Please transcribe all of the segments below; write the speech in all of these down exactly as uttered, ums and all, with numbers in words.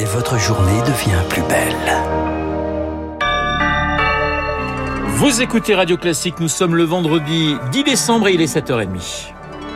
et votre journée devient plus belle. Vous écoutez Radio Classique, nous sommes le vendredi dix décembre et il est sept heures trente.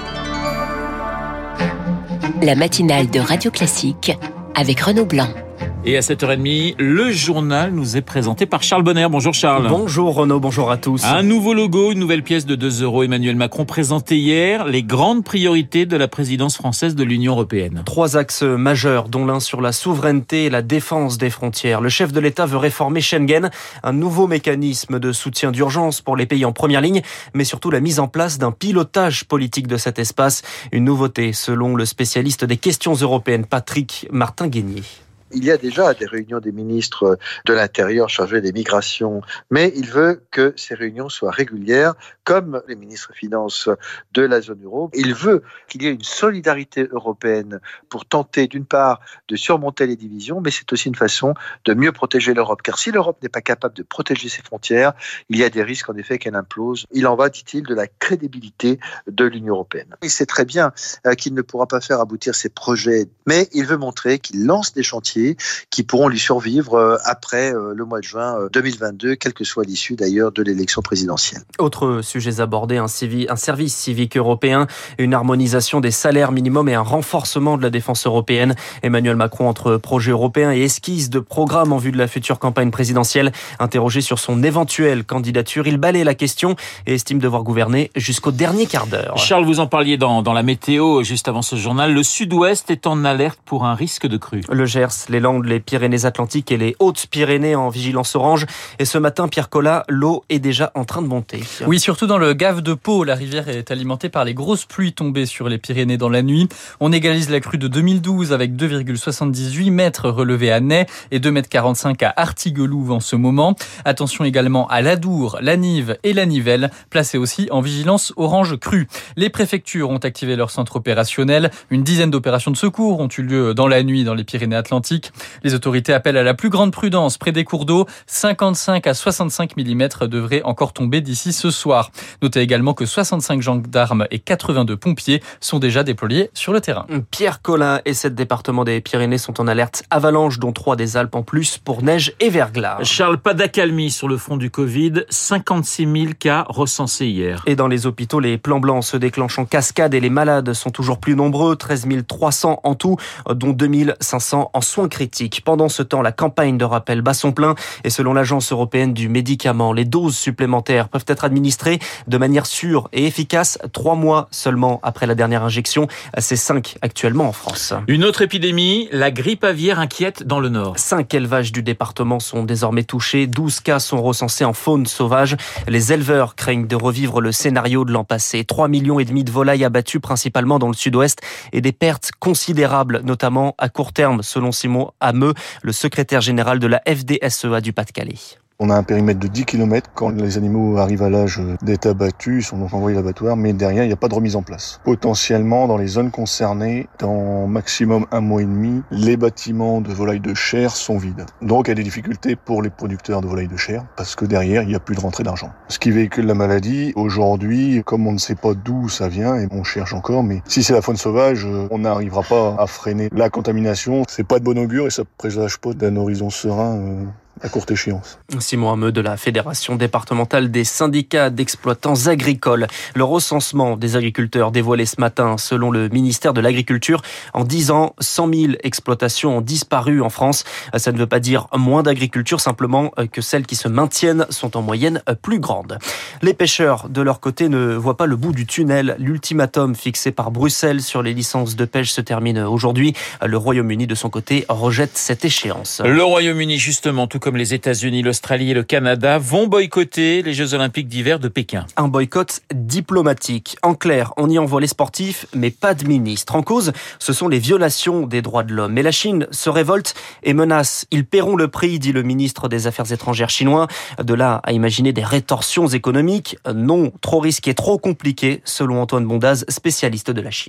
La matinale de Radio Classique avec Renaud Blanc. Et à sept heures trente, le journal nous est présenté par Charles Bonner. Bonjour Charles. Bonjour Renaud, bonjour à tous. Un nouveau logo, une nouvelle pièce de deux euros. Emmanuel Macron présentait hier les grandes priorités de la présidence française de l'Union européenne. Trois axes majeurs, dont l'un sur la souveraineté et la défense des frontières. Le chef de l'État veut réformer Schengen, un nouveau mécanisme de soutien d'urgence pour les pays en première ligne, mais surtout la mise en place d'un pilotage politique de cet espace. Une nouveauté, selon le spécialiste des questions européennes, Patrick Martin-Guénier. Il y a déjà des réunions des ministres de l'Intérieur chargés des migrations, mais il veut que ces réunions soient régulières, comme les ministres finances de la zone euro. Il veut qu'il y ait une solidarité européenne pour tenter, d'une part, de surmonter les divisions, mais c'est aussi une façon de mieux protéger l'Europe. Car si l'Europe n'est pas capable de protéger ses frontières, il y a des risques, en effet, qu'elle implose. Il en va, dit-il, de la crédibilité de l'Union européenne. Il sait très bien qu'il ne pourra pas faire aboutir ses projets, mais il veut montrer qu'il lance des chantiers qui pourront lui survivre après le mois de juin deux mille vingt-deux, quelle que soit l'issue d'ailleurs de l'élection présidentielle. Autres sujets abordés, un, civi- un service civique européen, une harmonisation des salaires minimums et un renforcement de la défense européenne. Emmanuel Macron, entre projet européen et esquisse de programme en vue de la future campagne présidentielle, interrogé sur son éventuelle candidature, il balaie la question et estime devoir gouverner jusqu'au dernier quart d'heure. Charles, vous en parliez dans, dans la météo juste avant ce journal. Le sud-ouest est en alerte pour un risque de crue. Le Gers, les Landes, les Pyrénées-Atlantiques et les Hautes-Pyrénées en vigilance orange. Et ce matin, Pierre Collat, l'eau est déjà en train de monter. Oui, surtout dans le Gave de Pau. La rivière est alimentée par les grosses pluies tombées sur les Pyrénées dans la nuit. On égalise la crue de deux mille douze avec deux virgule soixante-dix-huit mètres relevés à Ney et deux virgule quarante-cinq mètres à Artiguelouve en ce moment. Attention également à l'Adour, la Nive et la Nivelle, placées aussi en vigilance orange crue. Les préfectures ont activé leur centre opérationnel. Une dizaine d'opérations de secours ont eu lieu dans la nuit dans les Pyrénées-Atlantiques. Les autorités appellent à la plus grande prudence près des cours d'eau. cinquante-cinq à soixante-cinq millimètres devraient encore tomber d'ici ce soir. Notez également que soixante-cinq gendarmes et quatre-vingt-deux pompiers sont déjà déployés sur le terrain. Pierre Collat et sept départements des Pyrénées sont en alerte avalanche, dont trois des Alpes en plus pour neige et verglas. Charles, pas d'accalmie sur le front du Covid. cinquante-six mille cas recensés hier. Et dans les hôpitaux, les plans blancs se déclenchent en cascade et les malades sont toujours plus nombreux. treize mille trois cents en tout, dont deux mille cinq cents en soins critiques. Pendant ce temps, la campagne de rappel bat son plein et selon l'Agence européenne du médicament, les doses supplémentaires peuvent être administrées de manière sûre et efficace trois mois seulement après la dernière injection. C'est cinq actuellement en France. Une autre épidémie, la grippe aviaire inquiète dans le Nord. Cinq élevages du département sont désormais touchés. douze cas sont recensés en faune sauvage. Les éleveurs craignent de revivre le scénario de l'an passé. trois millions et demi de volailles abattues principalement dans le sud-ouest et des pertes considérables, notamment à court terme, selon Simon Hameux, le secrétaire général de la F D S E A du Pas-de-Calais. On a un périmètre de dix kilomètres. Quand les animaux arrivent à l'âge d'être abattus, ils sont donc envoyés à l'abattoir, mais derrière, il n'y a pas de remise en place. Potentiellement, dans les zones concernées, dans maximum un mois et demi, les bâtiments de volailles de chair sont vides. Donc, il y a des difficultés pour les producteurs de volailles de chair, parce que derrière, il n'y a plus de rentrée d'argent. Ce qui véhicule la maladie, aujourd'hui, comme on ne sait pas d'où ça vient, et on cherche encore, mais si c'est la faune sauvage, on n'arrivera pas à freiner la contamination. C'est pas de bon augure et ça présage pas d'un horizon serein euh, à courte échéance. Simon Hameux de la Fédération départementale des syndicats d'exploitants agricoles. Le recensement des agriculteurs dévoilé ce matin selon le ministère de l'Agriculture. En dix ans, cent mille exploitations ont disparu en France. Ça ne veut pas dire moins d'agriculture, simplement que celles qui se maintiennent sont en moyenne plus grandes. Les pêcheurs, de leur côté, ne voient pas le bout du tunnel. L'ultimatum fixé par Bruxelles sur les licences de pêche se termine aujourd'hui. Le Royaume-Uni, de son côté, rejette cette échéance. Le Royaume-Uni, justement, tout comme les États-Unis, l'Australie et le Canada, vont boycotter les Jeux Olympiques d'hiver de Pékin. Un boycott diplomatique. En clair, on y envoie les sportifs, mais pas de ministre. En cause, ce sont les violations des droits de l'homme. Mais la Chine se révolte et menace. Ils paieront le prix, dit le ministre des Affaires étrangères chinois. De là à imaginer des rétorsions économiques, non, trop risqué, trop compliqué, selon Antoine Bondaz, spécialiste de la Chine.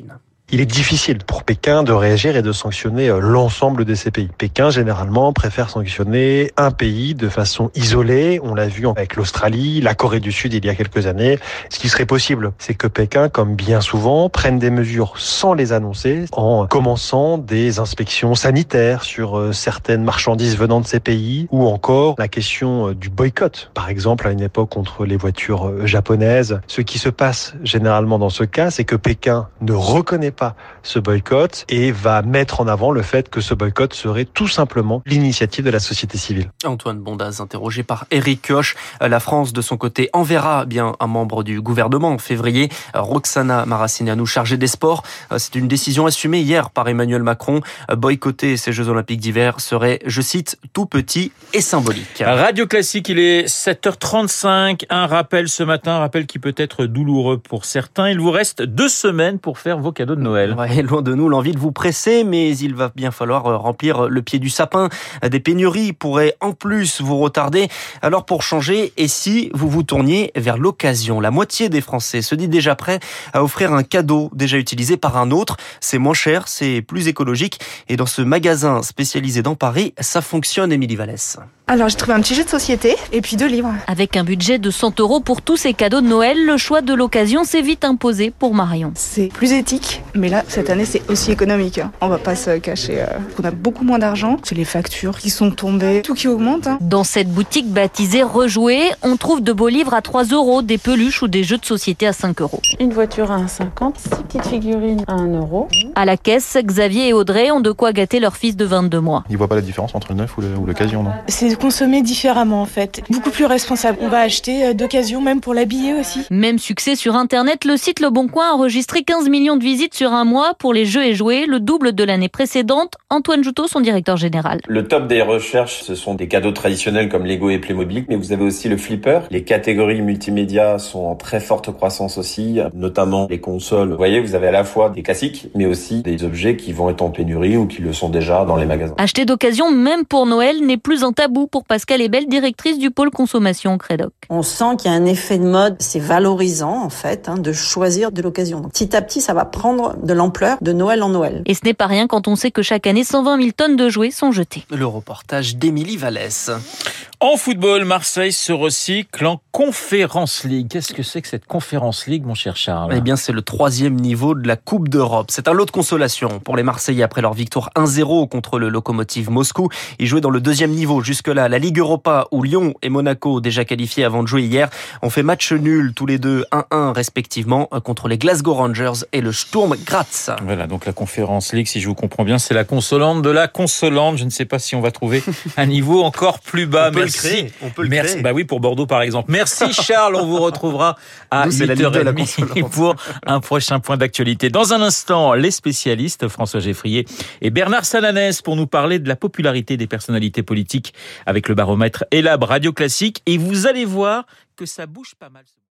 Il est difficile pour Pékin de réagir et de sanctionner l'ensemble de ces pays. Pékin, généralement, préfère sanctionner un pays de façon isolée. On l'a vu avec l'Australie, la Corée du Sud il y a quelques années. Ce qui serait possible, c'est que Pékin, comme bien souvent, prenne des mesures sans les annoncer, en commençant des inspections sanitaires sur certaines marchandises venant de ces pays, ou encore la question du boycott. Par exemple, à une époque contre les voitures japonaises. Ce qui se passe généralement dans ce cas, c'est que Pékin ne reconnaît pas ce boycott et va mettre en avant le fait que ce boycott serait tout simplement l'initiative de la société civile. Antoine Bondaz, interrogé par Éric Koch. La France, de son côté, enverra bien un membre du gouvernement en février. Roxana Maracineanu, chargée des sports. C'est une décision assumée hier par Emmanuel Macron. Boycotter ces Jeux Olympiques d'hiver serait, je cite, tout petit et symbolique. Radio Classique, il est sept heures trente-cinq. Un rappel ce matin, un rappel qui peut être douloureux pour certains. Il vous reste deux semaines pour faire vos cadeaux de Noël. Ouais, loin de nous l'envie de vous presser, mais il va bien falloir remplir le pied du sapin. Des pénuries pourraient en plus vous retarder. Alors pour changer, et si vous vous tourniez vers l'occasion? La moitié des Français se dit déjà prêt à offrir un cadeau déjà utilisé par un autre. C'est moins cher, c'est plus écologique. Et dans ce magasin spécialisé dans Paris, ça fonctionne, Émilie Vallès. Alors j'ai trouvé un petit jeu de société et puis deux livres. Avec un budget de cent euros pour tous ces cadeaux de Noël, le choix de l'occasion s'est vite imposé pour Marion. C'est plus éthique, mais là cette année c'est aussi économique. On va pas se cacher. Euh, on a beaucoup moins d'argent. C'est les factures qui sont tombées, tout qui augmente. Hein. Dans cette boutique baptisée Rejouer, on trouve de beaux livres à trois euros, des peluches ou des jeux de société à cinq euros. Une voiture à un euro cinquante, six petites figurines à un euro. À la caisse, Xavier et Audrey ont de quoi gâter leur fils de vingt-deux mois. Ils voient pas la différence entre le neuf ou l'occasion, non? C'est consommer différemment en fait, beaucoup plus responsable. On va acheter d'occasion même pour l'habiller aussi. Même succès sur internet, le site Le Bon Coin a enregistré quinze millions de visites sur un mois pour les jeux et jouets, le double de l'année précédente. Antoine Joutot, son directeur général. Le top des recherches, ce sont des cadeaux traditionnels comme Lego et Playmobil, mais vous avez aussi le flipper. Les catégories multimédia sont en très forte croissance aussi, notamment les consoles. Vous voyez, vous avez à la fois des classiques, mais aussi des objets qui vont être en pénurie ou qui le sont déjà dans les magasins. Acheter d'occasion, même pour Noël, n'est plus un tabou pour Pascal Pascal Ebel, directrice du pôle consommation au Crédoc. On sent qu'il y a un effet de mode, c'est valorisant en fait, hein, de choisir de l'occasion. Donc, petit à petit, ça va prendre de l'ampleur de Noël en Noël. Et ce n'est pas rien quand on sait que chaque année, cent vingt mille tonnes de jouets sont jetées. Le reportage d'Émilie Vallès. En football, Marseille se recycle en Conference League. Qu'est-ce que c'est que cette Conference League, mon cher Charles? Eh bien, c'est le troisième niveau de la Coupe d'Europe. C'est un lot de consolation pour les Marseillais après leur victoire un zéro contre le Lokomotiv Moscou. Ils jouaient dans le deuxième niveau jusque-là. La Ligue Europa, où Lyon et Monaco, déjà qualifiés avant de jouer hier, ont fait match nul tous les deux, un un respectivement, contre les Glasgow Rangers et le Sturm Graz. Voilà, donc la Conference League, si je vous comprends bien, c'est la consolante de la consolante. Je ne sais pas si on va trouver un niveau encore plus bas. On peut Merci. le créer. On peut le Merci. créer. Bah oui, pour Bordeaux par exemple. Merci Charles, on vous retrouvera à huit heures trente pour un prochain point d'actualité. Dans un instant, les spécialistes François Geffrier et Bernard Sananès pour nous parler de la popularité des personnalités politiques avec le baromètre Elab Radio Classique. Et vous allez voir que ça bouge pas mal.